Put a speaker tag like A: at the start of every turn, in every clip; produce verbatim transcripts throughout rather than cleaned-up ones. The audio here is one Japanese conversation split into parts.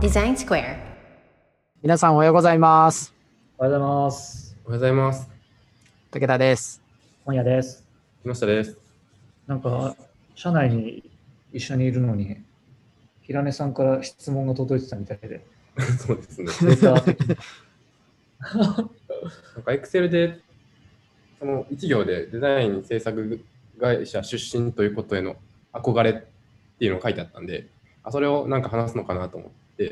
A: Design Square。
B: 皆さんおはようございます。
C: おはようございます。
D: おはようございます。
B: 武田です。
C: 本屋です。
D: 木下です。
C: なんか、社内に一緒にいるのに、平根さんから質問が届いてたみたいで。
D: そうですね。
C: レター的に
D: なんか Excel で、その一行でデザイン制作会社出身ということへの憧れっていうのが書いてあったんで、あそれをなんか話すのかなと思って、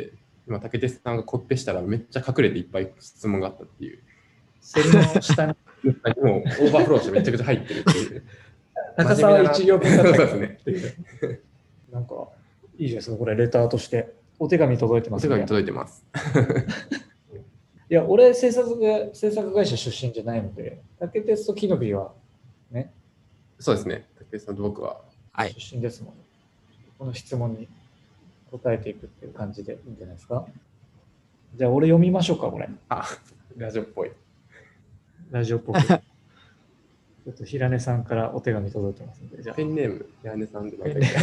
D: 今、竹手さんがコピペしたらめっちゃ隠れていっぱい質問があったっていう。
C: セルの下に
D: もうオーバーフローしてめちゃくちゃ入ってるっていう。
C: 高さは一行分
D: そう
C: だ
D: ですね。
C: なんか、いいじゃないですか、これレターとして。お手紙届いてますね。
D: お手紙届いてます。
C: いや、俺制作が、制作会社出身じゃないので、竹鉄とキノビはね、
D: そうですね。竹手さんと僕は。
B: はい。
C: 出身ですもん。この質問に答えていくっていう感じでいいんじゃないですか。じゃあ、俺読みましょうか、これ。
D: あ、ラジオっぽい。
C: ラジオっぽく。ちょっと平根さんからお手紙届いてますので、じゃあ。
D: ペンネーム、矢根さんでまた
C: ペンネ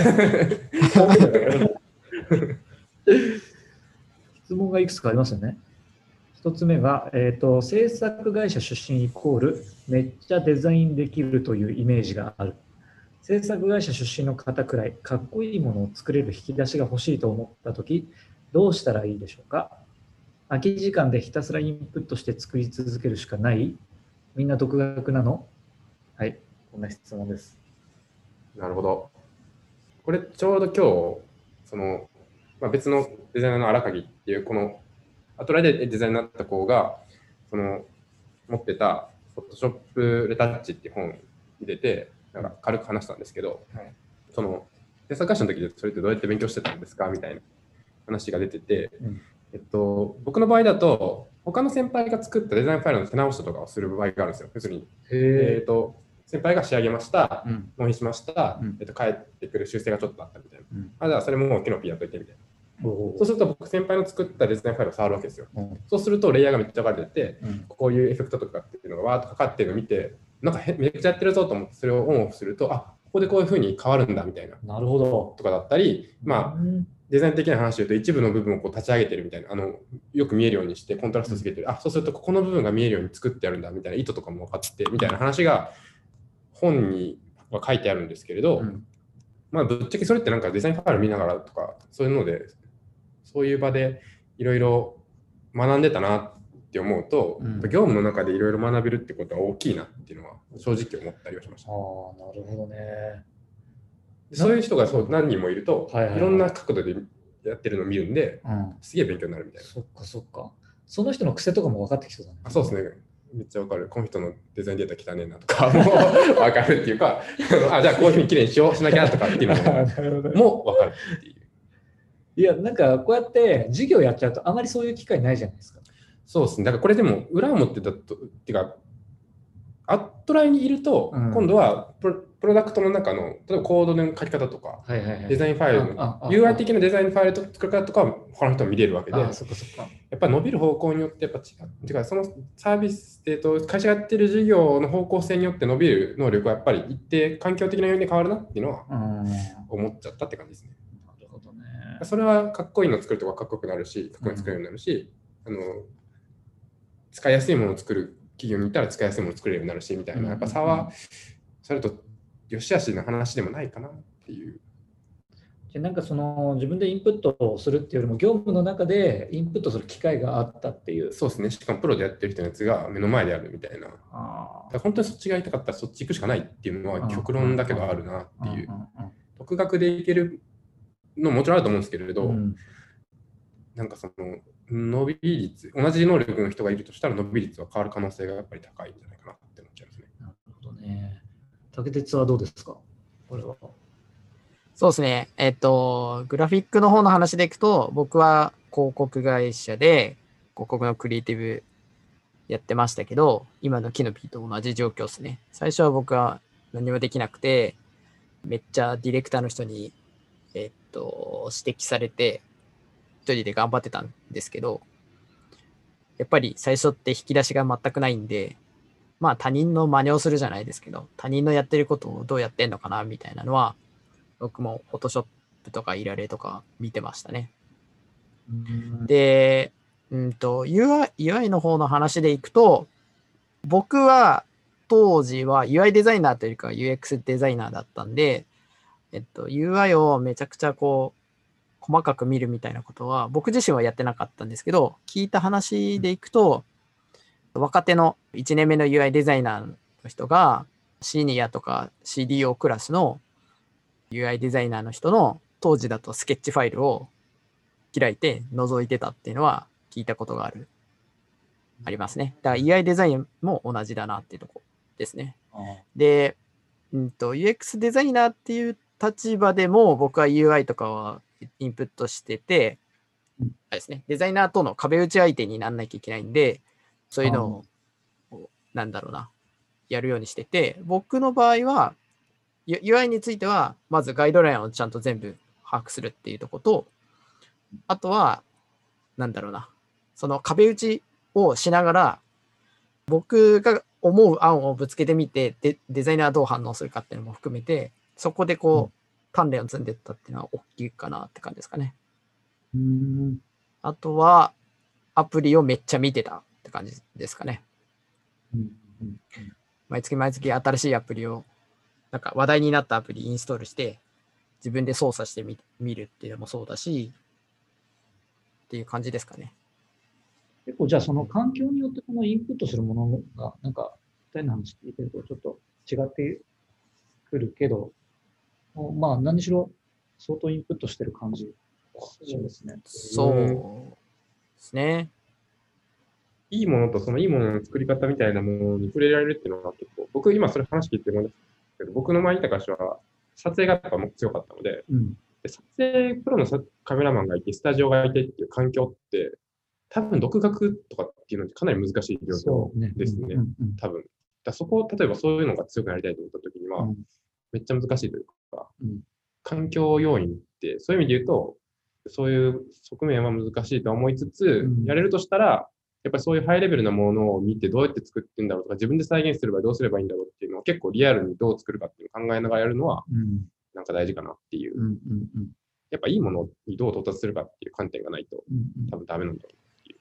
C: 質問がいくつかありますよね。一つ目が、えーと、制作会社出身イコールめっちゃデザインできるというイメージがある。制作会社出身の方くらいかっこいいものを作れる引き出しが欲しいと思ったとき、どうしたらいいでしょうか。空き時間でひたすらインプットして作り続けるしかない。みんな独学なの？はい、こんな質問です。
D: なるほど。これちょうど今日、その、まあ、別のデザイナーの荒垣っていう、このアトライでデザイナーになった子が、その、持ってた、フォトショップレタッチっていう本に出て、なんか軽く話したんですけど、
C: はい、
D: その、制作会社の時でそれってどうやって勉強してたんですかみたいな話が出てて、
C: うん、
D: えっと、僕の場合だと、他の先輩が作ったデザインファイルの手直しとかをする場合があるんですよ。要するに、えっと、先輩が仕上げました、
C: うん、
D: 納品しました、
C: うん、
D: えっと、帰ってくる修正がちょっとあったみたいな。
C: うん、
D: あ、じゃあそれもキノピーやっといてみたいな。
C: おー
D: そうすると僕先輩の作ったデザインファイルを触るわけですよ。
C: うん
D: そうするとレイヤーがめっちゃ分かれてて、
C: うん
D: こういうエフェクトとかっていうのがわーっとかかってるのを見て、なんかへめっちゃやってるぞと思ってそれをオンオフすると、あ、ここでこういう風に変わるんだみたいな
C: なるほど。
D: とかだったり、まあ、
C: うん
D: デザイン的な話で言うと一部の部分をこう立ち上げてるみたいな、あのよく見えるようにしてコントラストつけてる、あ、そうするとここの部分が見えるように作ってあるんだみたいな意図とかも分かってみたいな話が本には書いてあるんですけれど、
C: うん
D: まあぶっちゃけそれってなんかデザインファイル見ながらとかそういうのでそういう場でいろいろ学んでたなって思うと、
C: うん、
D: 業務の中でいろいろ学べるってことは大きいなっていうのは正直思ったりはしました。
C: ああ、なるほどね。
D: そういう人がそう何人もいると、
C: はいはいはい、
D: いろんな角度でやってるのを見るんで、
C: うん、
D: すげえ勉強になるみたいな。
C: そっかそっか。その人の癖とかも分かってきそうだね。
D: あ、そうですね。めっちゃわかる。この人のデザインデータ汚ねえなとかもわかるっていうか、あ、じゃあこういうふうにきれいにしようしなきゃとかっていうのももわかるっていう。
C: いや、なんかこうやって授業やっちゃうとあまりそういう機会ないじゃないですか。
D: そうですね。だからこれでも裏表だと、っていうか、アットラインにいると、うん、今度はプ ロ, プロダクトの中の、例えばコードの書き方とか、
C: はいはいはい、
D: デザインファイルの、ユーアイ 的なデザインファイルと作り方とかは他の人も見れるわけで、
C: あ、そっかそっか。
D: やっぱ伸びる方向によってやっぱ違う。てかそのサービス、えーと、会社がやってる事業の方向性によって伸びる能力はやっぱり一定環境的な要因で変わるなっていうのは思っちゃったって感じですね。
C: なるほどね。
D: それはかっこいいの作るとかかっこよくなるし、かっこいいの作れるようになるし、うん、あの使いやすいものを作る企業にいたら使いやすいものを作れるようになるしみたいな、やっぱ差はそれと良し悪しな話でもないかなっていう。
C: じゃなんかその自分でインプットをするっていうよりも業務の中でインプットする機会があったっていう。
D: そうですね。しかもプロでやってる人のやつが目の前であるみたいな。あ本当にそっちがやりたかったらそっち行くしかないっていうのは極論だけどあるなっていう。独学でいけるのももちろんあると思うんですけれど、うん、なんかその伸び率、同じ能力の人がいるとしたら伸び率は変わる可能性がやっぱり高いんじゃないかなって思っちゃいますね。
C: なるほどね。竹鉄はどうですか？これは。
B: そうですね。えっと、グラフィックの方の話でいくと、僕は広告会社で広告のクリエイティブやってましたけど、今のキノピーと同じ状況ですね。最初は僕は何もできなくて、めっちゃディレクターの人に、えっと、指摘されて、一人で頑張ってたんですけど、やっぱり最初って引き出しが全くないんで、まあ他人の真似をするじゃないですけど、他人のやってることをどうやってんのかなみたいなのは、僕もフォトショップとかイラレとか見てましたね。 で、うんと、ユーアイ、ユーアイ の方の話でいくと、僕は当時は ユーアイ デザイナーというか ユーエックス デザイナーだったんで、えっと、ユーアイ をめちゃくちゃこう、細かく見るみたいなことは僕自身はやってなかったんですけど、聞いた話でいくと、若手のいちねんめの ユーアイ デザイナーの人がシニアとか シーディーオー クラスの ユーアイ デザイナーの人の当時だとスケッチファイルを開いて覗いてたっていうのは聞いたことがある。ありますね。だから ユーアイ デザインも同じだなっていうとこですね。で、うんと、ユーエックス デザイナーっていう立場でも僕は ユーアイ とかはインプットしてて、あれですね、デザイナーとの壁打ち相手にならなきゃいけないんで、そういうのを、なんだろうな、やるようにしてて、僕の場合は、ユーアイ については、まずガイドラインをちゃんと全部把握するっていうところと、あとは、なんだろうな、その壁打ちをしながら、僕が思う案をぶつけてみて、でデザイナーはどう反応するかっていうのも含めて、そこでこう、鍛錬を積んでいったっていうのは大きいかなって感じですかね。
C: うん。
B: あとは、アプリをめっちゃ見てたって感じですかね。
C: うんうん、
B: 毎月毎月新しいアプリを、なんか話題になったアプリインストールして、自分で操作してみ見るっていうのもそうだし、っていう感じですかね。
C: 結構じゃあその環境によってこのインプットするものが、なんか、ふたりの話聞いてるとちょっと違ってくるけど、まあ何にしろ相当インプットしてる感じですね。
B: そうですね。
D: いいものとそのいいものの作り方みたいなものに触れられるっていうのが結構、僕今それ話聞いて思い出したんですけど、僕の前にいた会社は撮影がやっぱ強かったので、
C: うん、
D: で撮影プロのカメラマンがいて、スタジオがいてっていう環境って、多分独学とかっていうのってかなり難しい状況ですね。多分。だそこを例えばそういうのが強くなりたいと思ったときには、うん、めっちゃ難しいというか、うん、環境要因ってそういう意味で言うと、そういう側面は難しいと思いつつ、うん、やれるとしたら、やっぱりそういうハイレベルなものを見てどうやって作ってんだろうとか、自分で再現すればどうすればいいんだろうっていうのを結構リアルにどう作るかっていうのを考えながらやるのは、なんか大事かなっていう。うんうんうん、やっぱいいものにどう到達するかっていう観点がないと、多分ダメなんだろうっていう。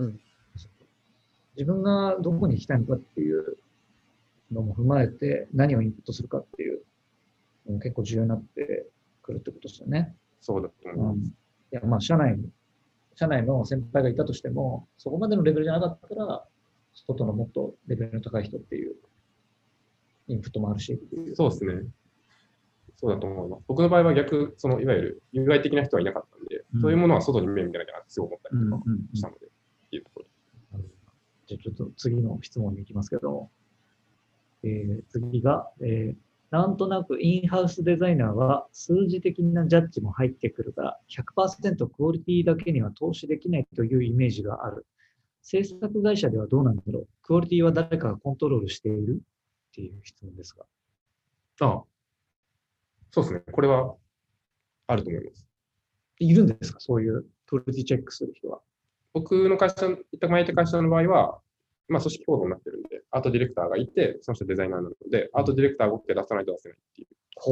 C: うん、自分がどこに行きたいのかっていうのも踏まえて、何をインプットするかっていうのも結構重要になってくるってことですよね。
D: そうだと思います。うん、い
C: や、まあ、社内に、社内の先輩がいたとしても、そこまでのレベルじゃなかったら、外のもっとレベルの高い人っていうインプットもあるし。
D: そうですね。そうだと思います。僕の場合は逆、そのいわゆる有害的な人はいなかったんで、うん、そういうものは外に目見てなきゃなってすごい思ったりとかしたので、っていうところ。
C: じゃあちょっと次の質問に行きますけど、えー、次が、えー、なんとなくインハウスデザイナーは数字的なジャッジも入ってくるから ひゃくパーセント クオリティだけには投資できないというイメージがある。制作会社ではどうなんだろう。クオリティは誰かがコントロールしているっていう質問ですが。
D: ああ、そうですね。これはあると思います。
C: いるんですか、そういうクオリティチェックする人は。
D: 僕の会社、前いた会社の場合は、まあ、組織構造になってるんで、アートディレクターがいて、その人デザイナーなので、アートディレクターが OK 出さないと出せないっていう、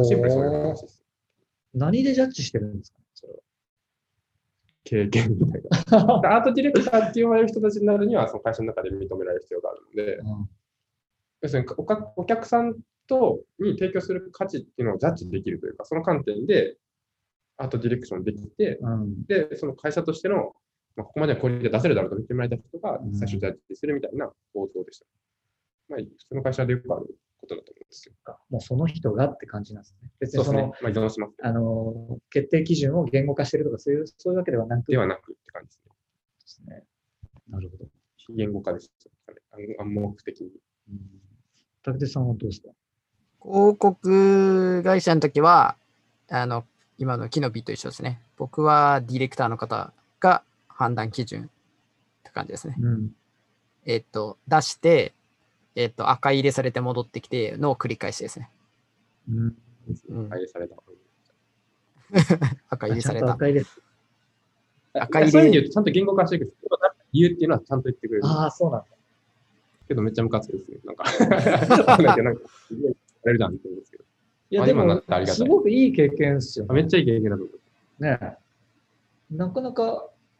D: シンプルにそういう話です。
C: 何でジャッジしてるんですか、それは。
D: 経験みたいな。アートディレクターって言われる人たちになるには、その会社の中で認められる必要があるので、うん、要するにおかお客さんとに提供する価値っていうのをジャッジできるというか、その観点でアートディレクションできて、うん、で、その会社としてのまあ、ここまではこれで出せるだろうと見てもらえた人が最初ジャッジするみたいな構造でした。まあ、普通の会社でよくあることだと思うんですよ。
C: もうその人がって感じなんですね。
D: 別にその、そうですね。まあ、依存します、ね。
C: あの、決定基準を言語化してるとか、そういう、そういうわけではなく。
D: ではなくって感じですね。
C: ですね。なるほど。
D: 非言語化です。暗黙的に。
C: 武手さんはどうですか？
B: 広告会社の時は、あの、今のキノビと一緒ですね。僕はディレクターの方が判断基準って感じですね。うん、えっと、出して、えっと、赤入れされて戻ってきての繰り返しですね。
D: うん。うん、赤入れされた。
B: 赤入れされた。
C: 赤入れ。
D: 赤入れ。そういう意味で言うと、ちゃんと言語化していく。理由っていうのはちゃんと言ってくれる。
C: ああ、そうなんだ。
D: けどめっちゃムカつくですね。なんか、なんか、なんか、やれるじゃんって言うんですけど。
C: いや、でも、すごくいい経験ですよ、ね。
D: めっちゃいい経験だと思う。
C: ねえ。なかなか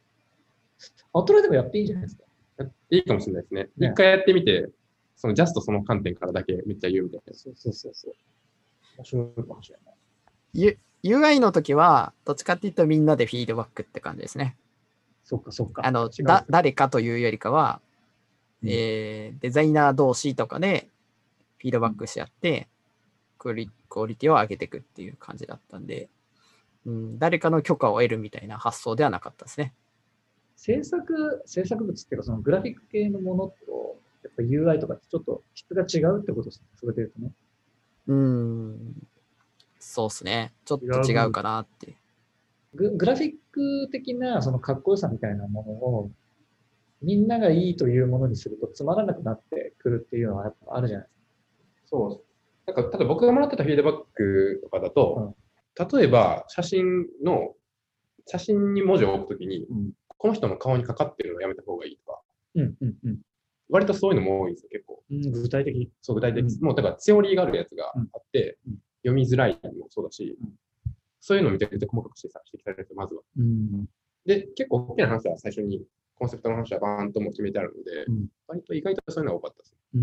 C: アトラでもやっていいんじゃないですか。
D: いいかもしれないですね。一、ね、回やってみて、そのジャストその観点からだけめっちゃ言うみたいな。
C: そうそうそうそう。面白いかもしれない。
B: ユーアイ の時は、どっちかっていうとみんなでフィードバックって感じですね。
C: そっかそっか。
B: あの、だ、誰かというよりかは、うん、えー、デザイナー同士とかでフィードバックし合って、クオリ、クオリティを上げていくっていう感じだったんで、うん、誰かの許可を得るみたいな発想ではなかったですね。
C: 制作、制作物っていうか、そのグラフィック系のものと、やっぱ ユーアイ とかってちょっと質が違うってことですね。それで言うとね。
B: うーん。そうですね。ちょっと違うかなって。
C: グ, グラフィック的なそのかっこよさみたいなものを、みんながいいというものにするとつまらなくなってくるっていうのはやっぱあるじゃないですか。
D: そう。なんか、ただ僕がもらってたフィードバックとかだと、うん、例えば写真の、写真に文字を置くときに、うん、この人の顔にかかってるのをやめた方がいいとか、
C: うんうんうん、
D: 割とそういうのも多いんですよ、結構。
C: うん、具体的。
D: そう、具体的。うん、もうだから、セオリーがあるやつがあって、うん、読みづらいのもそうだし、うん、そういうのをめちゃくちゃ細かくして指摘されて、まずは。うん、で、結構大きな話は最初に、コンセプトの話はバーンとも決めてあるので、うん、割と意外とそういうのが多かったです。うん、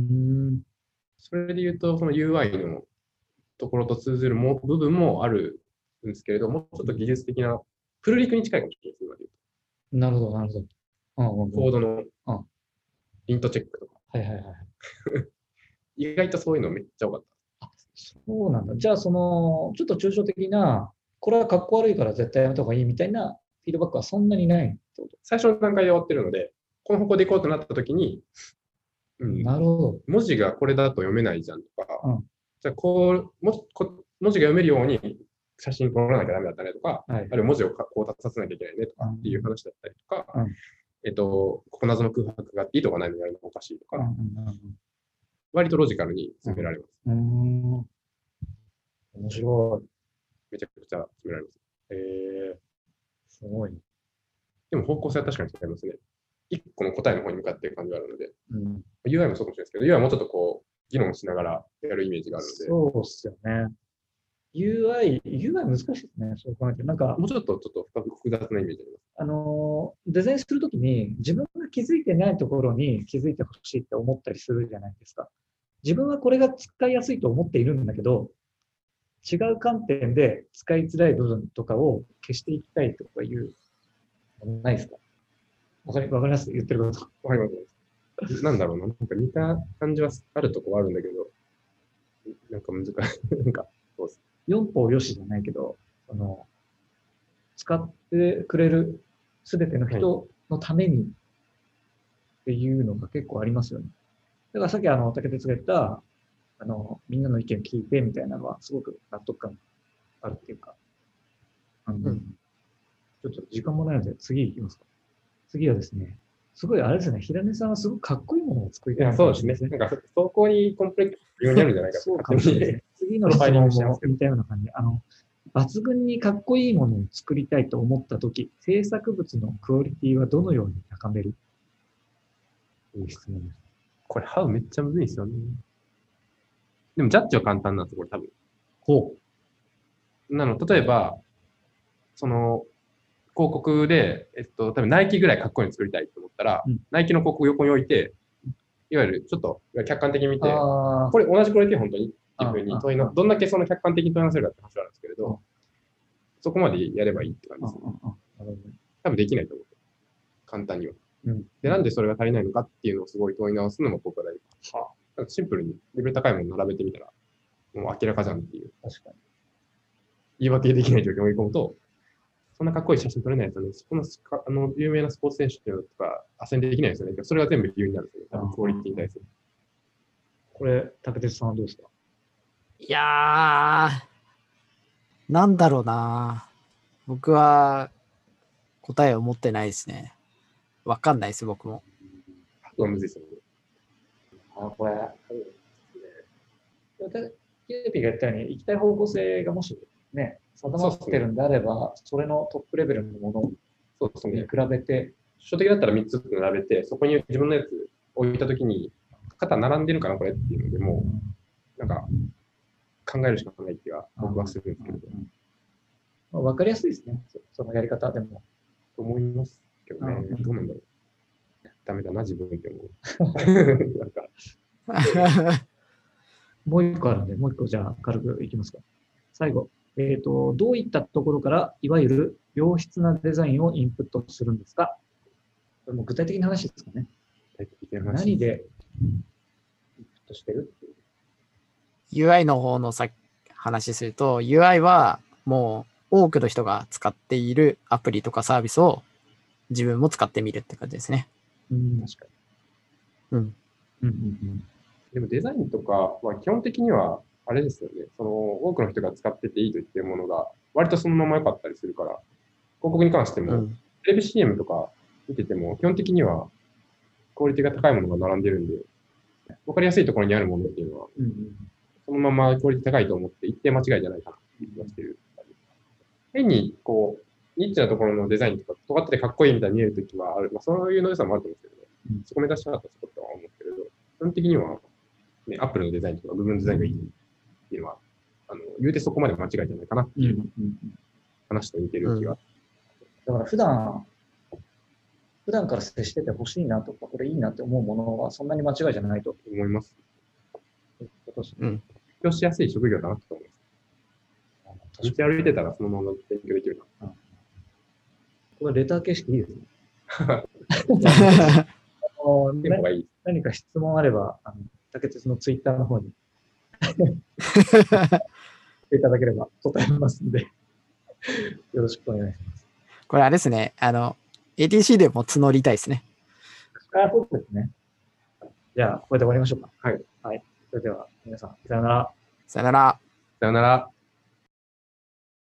D: それで言うと、その ユーアイ のところと通ずるも部分もあるんですけれども、ちょっと技術的な、フルリクに近いかもしれないです、
C: なるほど、なるほど。
D: コードのイントチェックとか。
C: はいはいはい。
D: 意外とそういうのめっちゃ多かった。
C: あ、そうなんだ。じゃあ、その、ちょっと抽象的な、これはかっこ悪いから絶対やめた方がいいみたいなフィードバックはそんなにないってこと？
D: 最初の段階で終わってるので、この方向でいこうとなったときに、
C: うん、なるほど。
D: 文字がこれだと読めないじゃんとか、うん、じゃあこうもこ、文字が読めるように写真撮らなきゃダメだったねとか、はい、あるいは文字をこう立たせなきゃいけないねとかっていう話だったりとか、うん、えっと、ここ謎の空白があっていいとかないのやるのおかしいとか、うんうんうん、割とロジカルに進められます。うん、
C: 面白い。
D: めちゃくちゃ進められます。
C: えー、すごい。
D: でも方向性は確かに違いますね。一個の答えの方に向かっている感じがあるので、うん、ユーアイ もそうかもしれないですけど、ユーアイ はもうちょっとこう、議論しながらやるイメージがあるので。
C: そうっすよね。ユーアイ、ユーアイ難しいですね。そう考えて。なんか、
D: もうちょっとちょっと複雑なイメージあります。
C: あの、デザインするときに自分が気づいてないところに気づいてほしいって思ったりするじゃないですか。自分はこれが使いやすいと思っているんだけど、違う観点で使いづらい部分とかを消していきたいとかいうのないですか？わかり、わかります？言ってること。
D: わかります。なんだろうな。なんか似た感じはあるところはあるんだけど、なんか難しい。なんか、そうです。
C: 四方よしじゃないけど、あの、使ってくれるすべての人のためにっていうのが結構ありますよね。だからさっきあの、竹鉄が言った、あの、みんなの意見聞いてみたいなのはすごく納得感あるっていうか、あの、うん、ちょっと時間もないので次行きますか。次はですね、すごいあれですね、平根さんはすごくかっこいいものを作りたい。
D: いや、そうですね。なんか、走行にコンプレックスにあるんじゃないかと。
C: そうかもしれない。次の質問も似たような感じ。あの、抜群にかっこいいものを作りたいと思ったとき、制作物のクオリティはどのように高めるという質問です。
D: これ、ハウめっちゃむずいですよね。でも、ジャッジは簡単なんですよ、これ多分。
C: ほ
D: う。なの、例えば、その、広告で、えっと、多分ナイキぐらいかっこいいの作りたいと思ったら、うん、ナイキの広告を横に置いて、いわゆるちょっと客観的に見て、これ同じクオリティ本当にっていうふうに問いの、どんだけその客観的に問い合わせるかって話はあるんですけれど、そこまでやればいいって感じですね。多分できないと思う。簡単には。うん、で、なんでそれが足りないのかっていうのをすごい問い直すのも僕は大事です。はあ、シンプルにレベル高いものを並べてみたら、もう明らかじゃんっていう。
C: 確かに。
D: 言い訳できない状況に追い込むと、そんなかっこいい写真撮れないですよね。そこのあの有名なスポーツ選手っていうのとか、斡旋できないですよね。それが全部理由になるんですよね。多分クオリティに対する。
C: これ、竹鉄さんはどうですか？
B: いやー、なんだろうな。僕は答えを持ってないですね。わかんないです、僕も。
D: むずいですよね。
C: あ、これ、キューピーが言ったように、行きたい方向性がもしね、定まってるんであれば、それのトップレベルのものに比べて、
D: 初手的だったらみっつ並べて、そこに自分のやつ置いたときに、肩並んでるかな、これっていうので、もう、なんか、考えるしかない気は僕はするんですけど。
C: まあ、分かりやすいですね、そのやり方でも。
D: と思いますけどね。
C: なん
D: どうなんだろう。ダメだな、自分って思う。なんか
C: もう一個あるんで、もう一個じゃあ軽くいきますか。最後。えっ、と、どういったところから、いわゆる良質なデザインをインプットするんですか？これも具体的な話ですかね。
D: 具体的な話。
C: 何でインプットしてるっていう。
B: ユーアイ の方のさ話すると、ユーアイ はもう多くの人が使っているアプリとかサービスを自分も使ってみるって感じですね。
C: うん、確か
B: に。うん。
C: に。うんうんうん
D: でもデザインとかは基本的にはあれですよね。その多くの人が使ってていいと言ってるものが割とそのまま良かったりするから、広告に関しても、うん、テレビ シーエム とか見てても基本的にはクオリティが高いものが並んでるんで、分かりやすいところにあるものっていうのは、うんうん、そのままクオリティ高いと思って一定間違いじゃないかなっていう気がしてる。変にこう、ニッチなところのデザインとか尖っててかっこいいみたいに見えるときはある、まあ、そういうの良さもあると思うんですけど、うん、そこ目指したかったらそことは思うけれど、基本的にはね、アップルのデザインとか、部分デザインがいいっていうのは、あの、言うてそこまで間違いじゃないかなっていう話と似てる気が。
C: うん、だから普段、普段から接してて欲しいなとか、これいいなって思うものはそんなに間違いじゃないと
D: 思います。
B: うん。
D: 勉強しやすい職業だなと思います。道歩いてたらそのまま勉強できるな。うん、
C: これレター形式いいですね。何か質問あれば、あの竹鉄のツイッターの方にいただければ答えますんでよろしくお願いします。
B: これあれですね、あの エーティーシー でも募りたいですね。
C: あ、そうですね。じゃあこれで終わりましょうか。はい。はい。それでは皆さんさよなら。
B: さよなら。
D: さよなら。